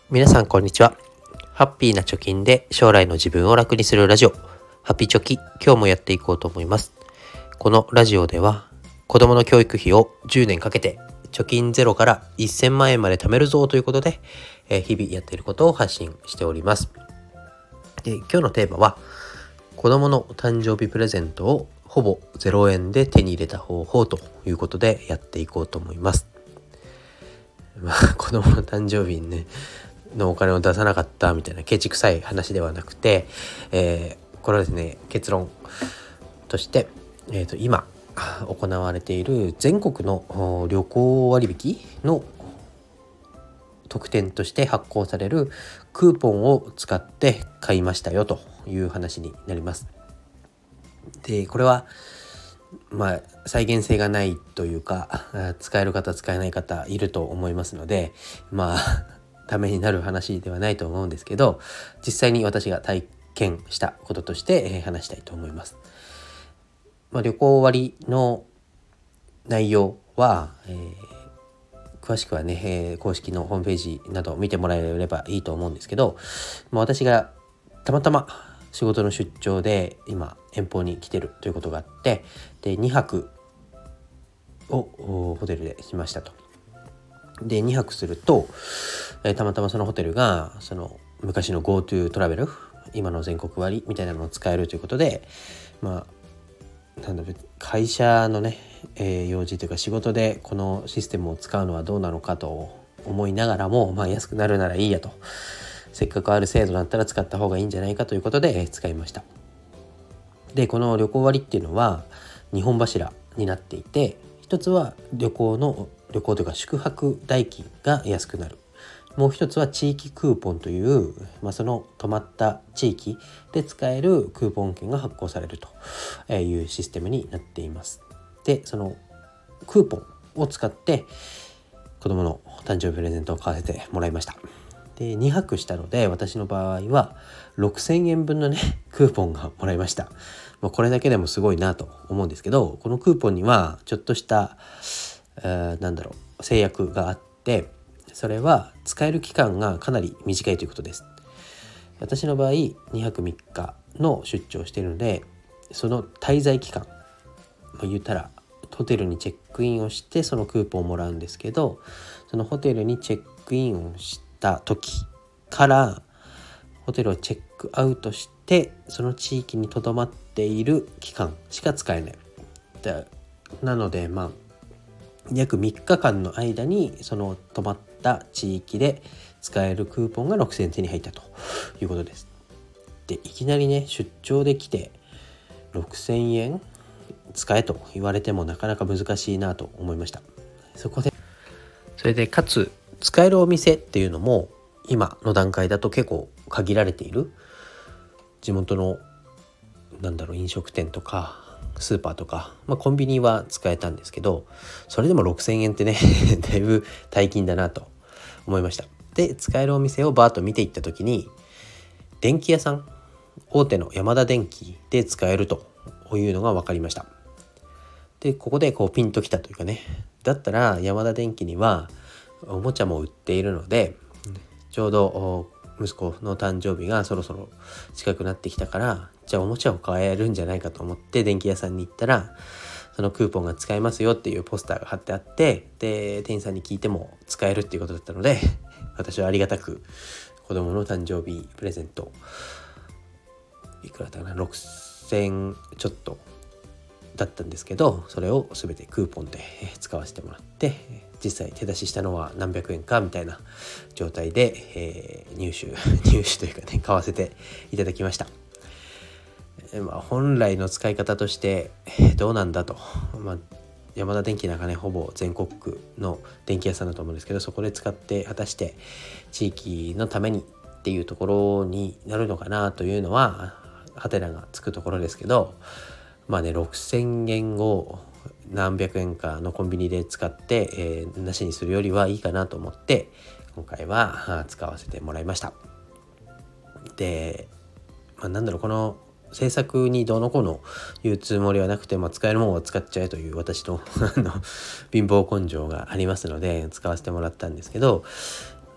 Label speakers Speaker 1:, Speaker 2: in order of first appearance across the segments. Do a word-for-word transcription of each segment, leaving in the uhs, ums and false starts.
Speaker 1: 皆さんこんにちは。ハッピーな貯金で将来の自分を楽にするラジオ、ハッピーチョキ、今日もやっていこうと思います。このラジオでは子供の教育費をじゅうねんかけて貯金ゼロからせんまんえんまで貯めるぞということで、えー、日々やっていることを発信しております。で、今日のテーマは子供の誕生日プレゼントをほぼゼロえんで手に入れた方法ということでやっていこうと思います。まあ、子供の誕生日にねのお金を出さなかったみたいなケチくさい話ではなくて、えー、これはですね、結論として、えー、と今行われている全国の旅行割引の特典として発行されるクーポンを使って買いましたよという話になります。で、これはまあ再現性がないというか、使える方使えない方いると思いますので、まあためになる話ではないと思うんですけど、実際に私が体験したこととして話したいと思います。まあ、旅行割の内容は、えー、詳しくはね、えー、公式のホームページなど見てもらえればいいと思うんですけど、まあ、私がたまたま仕事の出張で今遠方に来てるということがあって、でにはくをホテルでしましたと。でにはくすると、えー、たまたまそのホテルがその昔の GoTo トラベル、今の全国割みたいなのを使えるということで、まあなんだろう、会社のね、えー、用事というか仕事でこのシステムを使うのはどうなのかと思いながらも、まあ安くなるならいいやと、せっかくある制度だったら使った方がいいんじゃないかということで、えー、使いました。で、この旅行割っていうのはにほん柱になっていて、一つは旅行の旅行というか宿泊代金が安くなる、もう一つは地域クーポンという、まあ、その泊まった地域で使えるクーポン券が発行されるというシステムになっています。で、そのクーポンを使って子供の誕生日プレゼントを買わせてもらいました。で、にはくしたので私の場合はろくせんえんぶんのねクーポンがもらいました。まあ、これだけでもすごいなと思うんですけど、このクーポンにはちょっとしたなんだろう制約があって、それは使える期間がかなり短いということです。私の場合にはくみっかの出張をしているので、その滞在期間、まあ、言ったらホテルにチェックインをしてそのクーポンをもらうんですけど、そのホテルにチェックインをした時からホテルをチェックアウトしてその地域にとどまっている期間しか使えない。なのでまあ約みっかかんの間にその泊まった地域で使えるクーポンがろくせんえん手に入ったということです。で、いきなりね出張で来てろくせんえん使えと言われてもなかなか難しいなと思いました。そこでそれでかつ使えるお店っていうのも今の段階だと結構限られている。地元のなんだろう飲食店とかスーパーとか、まあ、コンビニは使えたんですけど、それでもろくせんえんってねだいぶ大金だなと思いました。で、使えるお店をバーッと見ていった時に、電気屋さん、大手のヤマダ電機で使えるというのが分かりました。で、ここでこうピンときたというかね、だったらヤマダ電機にはおもちゃも売っているので、ちょうど息子の誕生日がそろそろ近くなってきたから、じゃあおもちゃを買えるんじゃないかと思って電気屋さんに行ったら、そのクーポンが使えますよっていうポスターが貼ってあって、で店員さんに聞いても使えるっていうことだったので、私はありがたく子供の誕生日プレゼント、いくらだったかな、ろくせんちょっとだったんですけど、それを全てクーポンで使わせてもらって、実際手出ししたのは何百円かみたいな状態で、えー、入手入手というかね、買わせていただきました。まあ、本来の使い方としてどうなんだと、まあ、ヤマダ電機なんかね、ほぼ全国区の電気屋さんだと思うんですけど、そこで使って果たして地域のためにっていうところになるのかなというのはハテナがつくところですけど、まあね、ろくせんえんを何百円かのコンビニで使って、えー、なしにするよりはいいかなと思って今回は使わせてもらいました。で、まあ、なんだろう、この制作にどうのこうの言うつもりはなくて、まあ、使えるものを使っちゃえという私の貧乏根性がありますので使わせてもらったんですけど、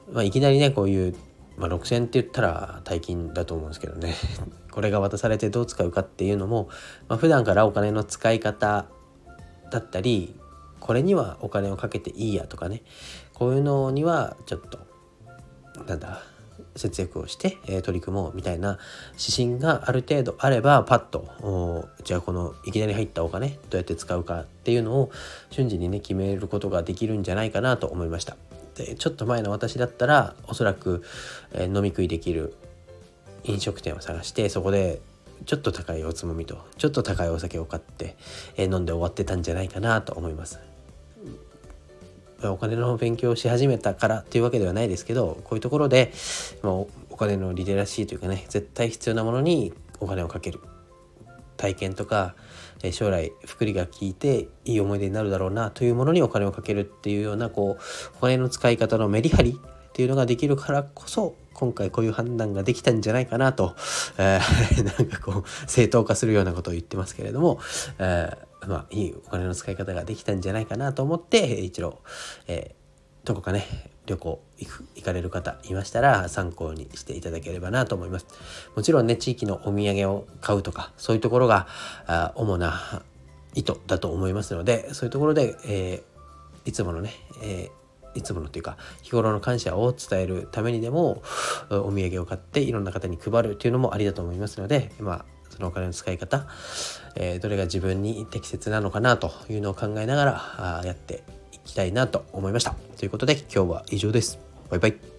Speaker 1: まあ、いきなりねこういう、まあ、ろくせんえんって言ったら大金だと思うんですけどねこれが渡されてどう使うかっていうのも、まあ、普段からお金の使い方だったり、これにはお金をかけていいやとかね、こういうのにはちょっとなんだ節約をして、えー、取り組もうみたいな指針がある程度あれば、パッとじゃあこのいきなり入ったお金どうやって使うかっていうのを瞬時にね決めることができるんじゃないかなと思いました。でちょっと前の私だったらおそらく、えー、飲み食いできる飲食店を探して、そこでちょっと高いおつまみとちょっと高いお酒を買って、えー、飲んで終わってたんじゃないかなと思います。お金の勉強をし始めたからっていうわけではないですけど、こういうところで、まあ、お金のリテラシーというかね、絶対必要なものにお金をかける体験とか、えー、将来福利が効いていい思い出になるだろうなというものにお金をかけるっていうような、こうお金の使い方のメリハリっていうのができるからこそ、今回こういう判断ができたんじゃないかなと、えー、なんかこう正当化するようなことを言ってますけれども、えー、まあいいお金の使い方ができたんじゃないかなと思って、一度、えー、どこかね旅行行く行かれる方いましたら参考にしていただければなと思います。もちろんね、地域のお土産を買うとかそういうところがあ主な意図だと思いますので、そういうところで、えー、いつものね、えーいつものというか日頃の感謝を伝えるためにでもお土産を買っていろんな方に配るっていうのもありだと思いますので、まあそのお金の使い方、えー、どれが自分に適切なのかなというのを考えながらあやっていきたいなと思いました。ということで今日は以上です。バイバイ。